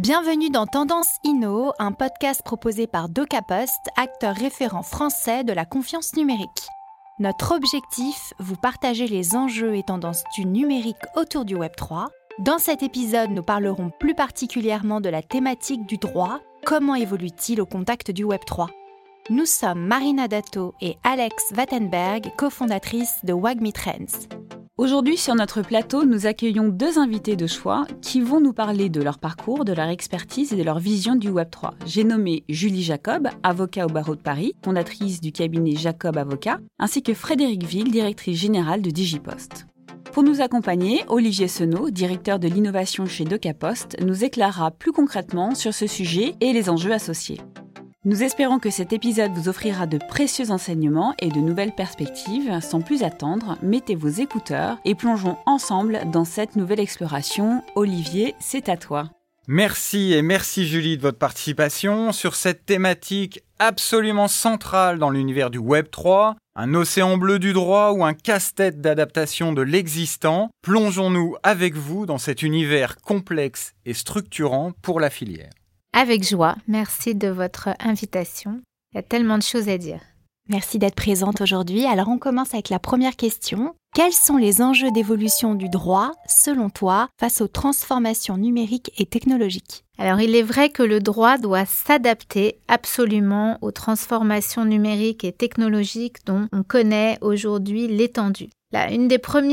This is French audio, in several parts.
Bienvenue dans Tendance Inno, un podcast proposé par DocaPost, acteur référent français de la confiance numérique. Notre objectif, vous partager les enjeux et tendances du numérique autour du Web3. Dans cet épisode, nous parlerons plus particulièrement de la thématique du droit. Comment évolue-t-il au contact du Web3 ? Nous sommes Marina Dato et Alex Wattenberg, cofondatrices de WAGMI Trends. Aujourd'hui, sur notre plateau, nous accueillons deux invités de choix qui vont nous parler de leur parcours, de leur expertise et de leur vision du Web3. J'ai nommé Julie Jacob, avocat au barreau de Paris, fondatrice du cabinet Jacob Avocat, ainsi que Frédérique Ville, directrice générale de Digipost. Pour nous accompagner, Olivier Senot, directeur de l'innovation chez DocaPost, nous éclairera plus concrètement sur ce sujet et les enjeux associés. Nous espérons que cet épisode vous offrira de précieux enseignements et de nouvelles perspectives. Sans plus attendre, mettez vos écouteurs et plongeons ensemble dans cette nouvelle exploration. Olivier, c'est à toi. Merci Julie de votre participation sur cette thématique absolument centrale dans l'univers du Web3, un océan bleu du droit ou un casse-tête d'adaptation de l'existant. Plongeons-nous avec vous dans cet univers complexe et structurant pour la filière. Avec joie, merci de votre invitation. Il y a tellement de choses à dire. Merci d'être présente aujourd'hui. Alors on commence avec la première question. Quels sont les enjeux d'évolution du droit, selon toi, face aux transformations numériques et technologiques ? Alors il est vrai que le droit doit s'adapter absolument aux transformations numériques et technologiques dont on connaît aujourd'hui l'étendue. Là, un des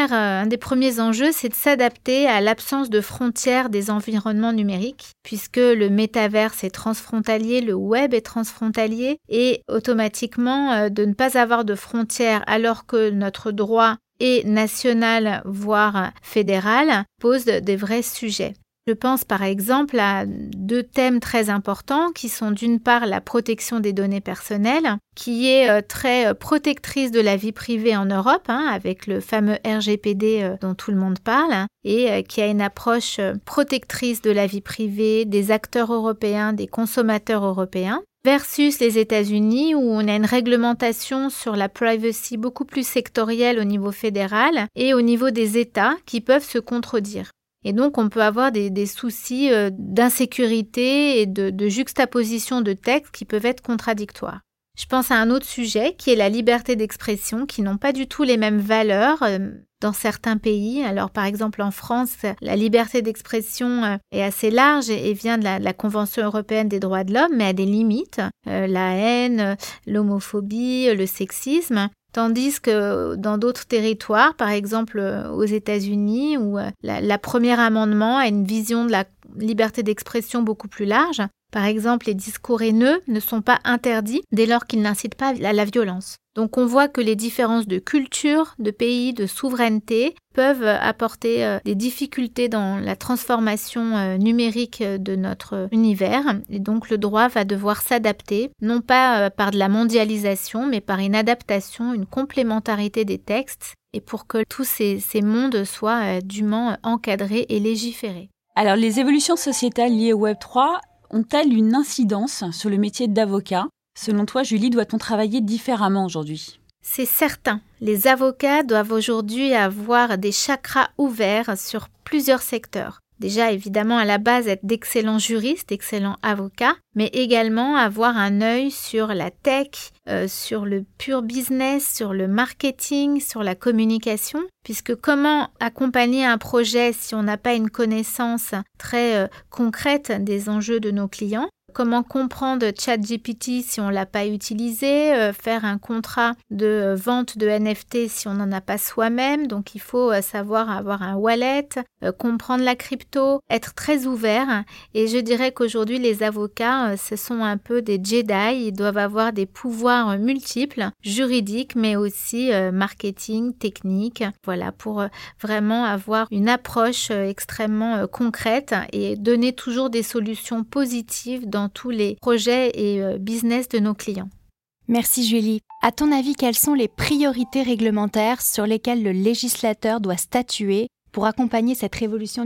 premiers enjeux, c'est de s'adapter à l'absence de frontières des environnements numériques, puisque le métaverse est transfrontalier, le web est transfrontalier, et automatiquement de ne pas avoir de frontières alors que notre droit est national, voire fédéral, pose des vrais sujets. Je pense par exemple à deux thèmes très importants qui sont d'une part la protection des données personnelles, qui est très protectrice de la vie privée en Europe, avec le fameux RGPD dont tout le monde parle, et qui a une approche protectrice de la vie privée des acteurs européens, des consommateurs européens, versus les États-Unis où on a une réglementation sur la privacy beaucoup plus sectorielle au niveau fédéral et au niveau des États qui peuvent se contredire. Et donc, on peut avoir des soucis d'insécurité et de juxtaposition de textes qui peuvent être contradictoires. Je pense à un autre sujet qui est la liberté d'expression, qui n'ont pas du tout les mêmes valeurs dans certains pays. Alors, par exemple, en France, la liberté d'expression est assez large et vient de la Convention européenne des droits de l'homme, mais a des limites. La haine, l'homophobie, le sexisme. Tandis que dans d'autres territoires, par exemple aux États-Unis, où la première amendement a une vision de la liberté d'expression beaucoup plus large. Par exemple, les discours haineux ne sont pas interdits dès lors qu'ils n'incitent pas à la violence. Donc on voit que les différences de culture, de pays, de souveraineté peuvent apporter des difficultés dans la transformation numérique de notre univers. Et donc le droit va devoir s'adapter, non pas par de la mondialisation, mais par une adaptation, une complémentarité des textes, et pour que tous ces mondes soient dûment encadrés et légiférés. Alors les évolutions sociétales liées au Web3 ont-elles une incidence sur le métier d'avocat ? Selon toi, Julie, doit-on travailler différemment aujourd'hui ? C'est certain. Les avocats doivent aujourd'hui avoir des chakras ouverts sur plusieurs secteurs. Déjà, évidemment, à la base, être d'excellents juristes, d'excellents avocats, mais également avoir un œil sur la tech, sur le pur business, sur le marketing, sur la communication, puisque comment accompagner un projet si on n'a pas une connaissance très concrète des enjeux de nos clients ? Comment comprendre ChatGPT si on ne l'a pas utilisé, faire un contrat de vente de NFT si on n'en a pas soi-même. Donc il faut savoir avoir un wallet, comprendre la crypto, être très ouvert. Et je dirais qu'aujourd'hui les avocats, ce sont un peu des Jedi. Ils doivent avoir des pouvoirs multiples, juridiques, mais aussi marketing, technique. Voilà, pour vraiment avoir une approche extrêmement concrète et donner toujours des solutions positives dans tous les projets et business de nos clients. Merci Julie. À ton avis, quelles sont les priorités réglementaires sur lesquelles le législateur doit statuer pour accompagner cette révolution numérique ?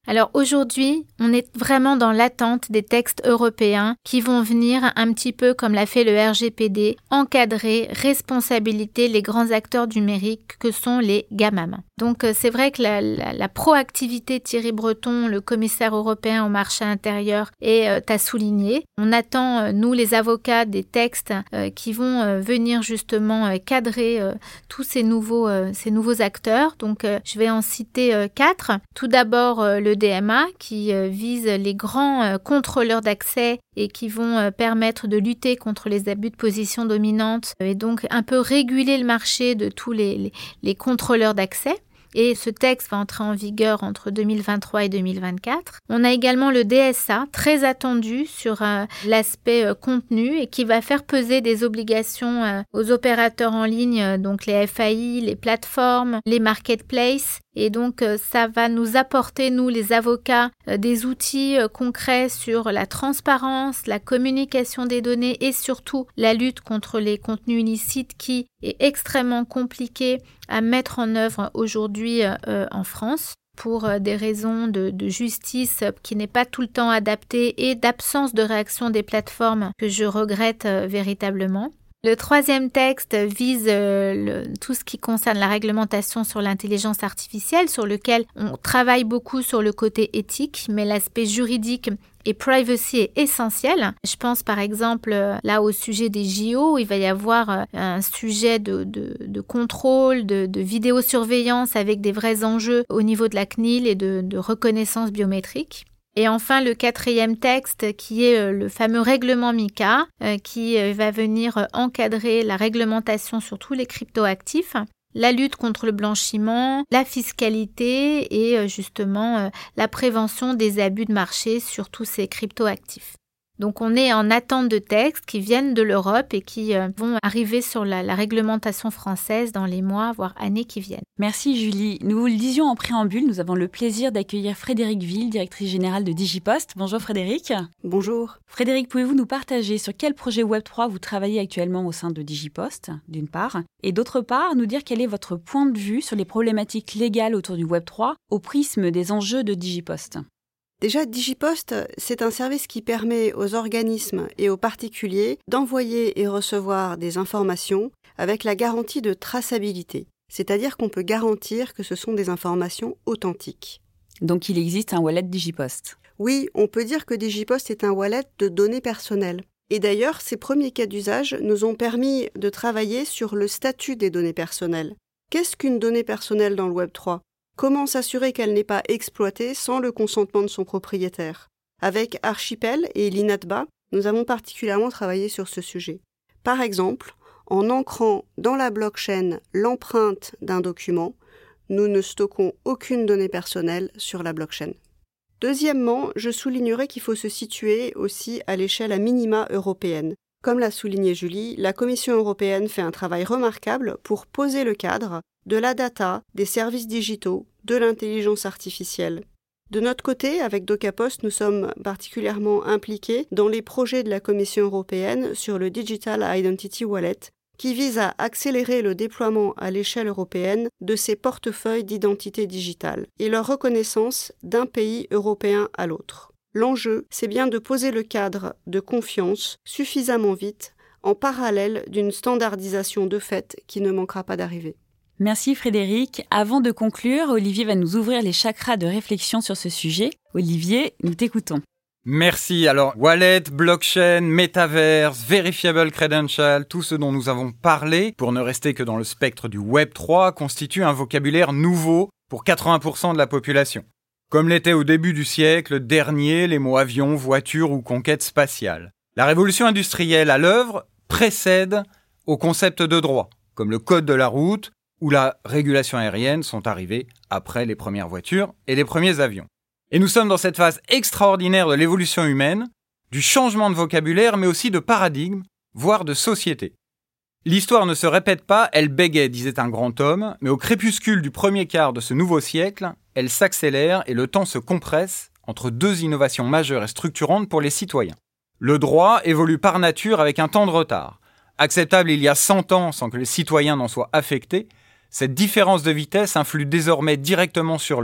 Alors aujourd'hui, on est vraiment dans l'attente des textes européens qui vont venir un petit peu comme l'a fait le RGPD, encadrer, responsabiliser les grands acteurs numériques que sont les GAMAM. Donc c'est vrai que la proactivité de Thierry Breton, le commissaire européen au marché intérieur, est à souligner. On attend, nous les avocats, des textes qui vont venir justement cadrer tous ces nouveaux acteurs. Donc je vais en citer 4. Tout d'abord le DMA qui vise les grands contrôleurs d'accès et qui vont permettre de lutter contre les abus de position dominante et donc un peu réguler le marché de tous les contrôleurs d'accès. Et ce texte va entrer en vigueur entre 2023 et 2024. On a également le DSA, très attendu sur l'aspect contenu et qui va faire peser des obligations aux opérateurs en ligne, donc les FAI, les plateformes, les marketplaces. Et donc, ça va nous apporter, nous les avocats, des outils concrets sur la transparence, la communication des données et surtout la lutte contre les contenus illicites qui est extrêmement compliqué à mettre en œuvre aujourd'hui en France pour des raisons de justice qui n'est pas tout le temps adaptée et d'absence de réaction des plateformes que je regrette véritablement. Le troisième texte vise tout ce qui concerne la réglementation sur l'intelligence artificielle, sur lequel on travaille beaucoup sur le côté éthique, mais l'aspect juridique et privacy est essentiel. Je pense par exemple là au sujet des JO, où il va y avoir un sujet de contrôle, de vidéosurveillance avec des vrais enjeux au niveau de la CNIL et de reconnaissance biométrique. Et enfin, le quatrième texte qui est le fameux règlement MiCA qui va venir encadrer la réglementation sur tous les cryptoactifs, la lutte contre le blanchiment, la fiscalité et justement la prévention des abus de marché sur tous ces cryptoactifs. Donc on est en attente de textes qui viennent de l'Europe et qui vont arriver sur la réglementation française dans les mois, voire années qui viennent. Merci Julie. Nous vous le disions en préambule, nous avons le plaisir d'accueillir Frédérique Ville, directrice générale de Digipost. Bonjour Frédérique. Bonjour. Frédérique, pouvez-vous nous partager sur quel projet Web3 vous travaillez actuellement au sein de Digipost, d'une part, et d'autre part, nous dire quel est votre point de vue sur les problématiques légales autour du Web3 au prisme des enjeux de Digipost. Déjà, Digipost, c'est un service qui permet aux organismes et aux particuliers d'envoyer et recevoir des informations avec la garantie de traçabilité. C'est-à-dire qu'on peut garantir que ce sont des informations authentiques. Donc il existe un wallet Digipost. Oui, on peut dire que Digipost est un wallet de données personnelles. Et d'ailleurs, ces premiers cas d'usage nous ont permis de travailler sur le statut des données personnelles. Qu'est-ce qu'une donnée personnelle dans le Web3 ? Comment s'assurer qu'elle n'est pas exploitée sans le consentement de son propriétaire ? Avec Archipel et l'INATBA, nous avons particulièrement travaillé sur ce sujet. Par exemple, en ancrant dans la blockchain l'empreinte d'un document, nous ne stockons aucune donnée personnelle sur la blockchain. Deuxièmement, je soulignerai qu'il faut se situer aussi à l'échelle à minima européenne. Comme l'a souligné Julie, la Commission européenne fait un travail remarquable pour poser le cadre de la data, des services digitaux, de l'intelligence artificielle. De notre côté, avec DocaPost, nous sommes particulièrement impliqués dans les projets de la Commission européenne sur le Digital Identity Wallet, qui vise à accélérer le déploiement à l'échelle européenne de ces portefeuilles d'identité digitale et leur reconnaissance d'un pays européen à l'autre. L'enjeu, c'est bien de poser le cadre de confiance suffisamment vite, en parallèle d'une standardisation de fait qui ne manquera pas d'arriver. Merci Frédérique. Avant de conclure, Olivier va nous ouvrir les chakras de réflexion sur ce sujet. Olivier, nous t'écoutons. Merci. Alors, wallet, blockchain, metaverse, verifiable credential, tout ce dont nous avons parlé, pour ne rester que dans le spectre du Web3, constitue un vocabulaire nouveau pour 80% de la population. Comme l'était au début du siècle dernier les mots avion, voiture ou conquête spatiale. La révolution industrielle à l'œuvre précède au concept de droit, comme le code de la route ou la régulation aérienne sont arrivés après les premières voitures et les premiers avions. Et nous sommes dans cette phase extraordinaire de l'évolution humaine, du changement de vocabulaire, mais aussi de paradigme, voire de société. L'histoire ne se répète pas, elle bégait, disait un grand homme, mais au crépuscule du premier quart de ce nouveau siècle, elle s'accélère et le temps se compresse entre deux innovations majeures et structurantes pour les citoyens. Le droit évolue par nature avec un temps de retard. Acceptable il y a 100 ans sans que les citoyens n'en soient affectés, cette différence de vitesse influe désormais directement sur lui.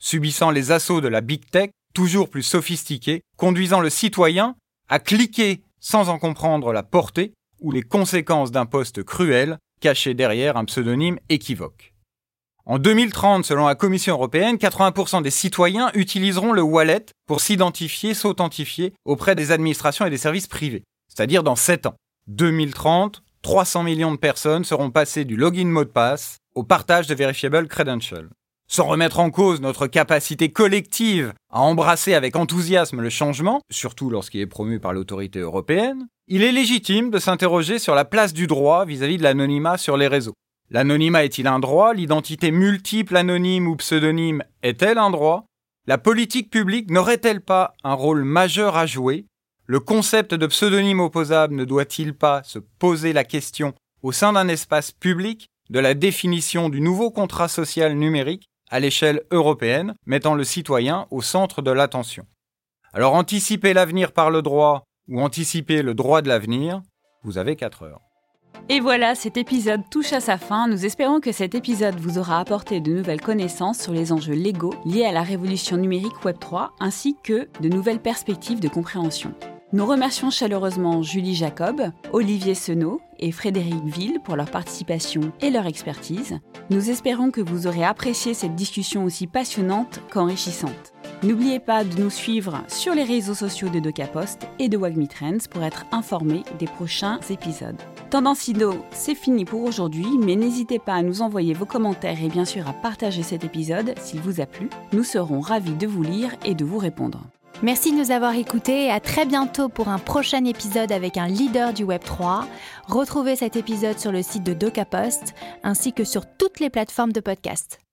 subissant les assauts de la Big Tech, toujours plus sophistiquée, conduisant le citoyen à cliquer sans en comprendre la portée ou les conséquences d'un post cruel caché derrière un pseudonyme équivoque. En 2030, selon la Commission européenne, 80% des citoyens utiliseront le wallet pour s'authentifier auprès des administrations et des services privés, c'est-à-dire dans 7 ans. 2030, 300 millions de personnes seront passées du login mot de passe au partage de verifiable credentials. Sans remettre en cause notre capacité collective à embrasser avec enthousiasme le changement, surtout lorsqu'il est promu par l'autorité européenne, il est légitime de s'interroger sur la place du droit vis-à-vis de l'anonymat sur les réseaux. L'anonymat est-il un droit ? L'identité multiple, anonyme ou pseudonyme est-elle un droit ? La politique publique n'aurait-elle pas un rôle majeur à jouer ? Le concept de pseudonyme opposable ne doit-il pas se poser la question au sein d'un espace public de la définition du nouveau contrat social numérique à l'échelle européenne, mettant le citoyen au centre de l'attention ? Alors anticiper l'avenir par le droit ou anticiper le droit de l'avenir, vous avez 4 heures. Et voilà, cet épisode touche à sa fin. Nous espérons que cet épisode vous aura apporté de nouvelles connaissances sur les enjeux légaux liés à la révolution numérique Web3, ainsi que de nouvelles perspectives de compréhension. Nous remercions chaleureusement Julie Jacob, Olivier Senot et Frédéric Ville pour leur participation et leur expertise. Nous espérons que vous aurez apprécié cette discussion aussi passionnante qu'enrichissante. N'oubliez pas de nous suivre sur les réseaux sociaux de DocaPost et de WAGMI Trends pour être informés des prochains épisodes. Tendance Indo, c'est fini pour aujourd'hui, mais n'hésitez pas à nous envoyer vos commentaires et bien sûr à partager cet épisode s'il vous a plu. Nous serons ravis de vous lire et de vous répondre. Merci de nous avoir écoutés et à très bientôt pour un prochain épisode avec un leader du Web3. Retrouvez cet épisode sur le site de DocaPost ainsi que sur toutes les plateformes de podcast.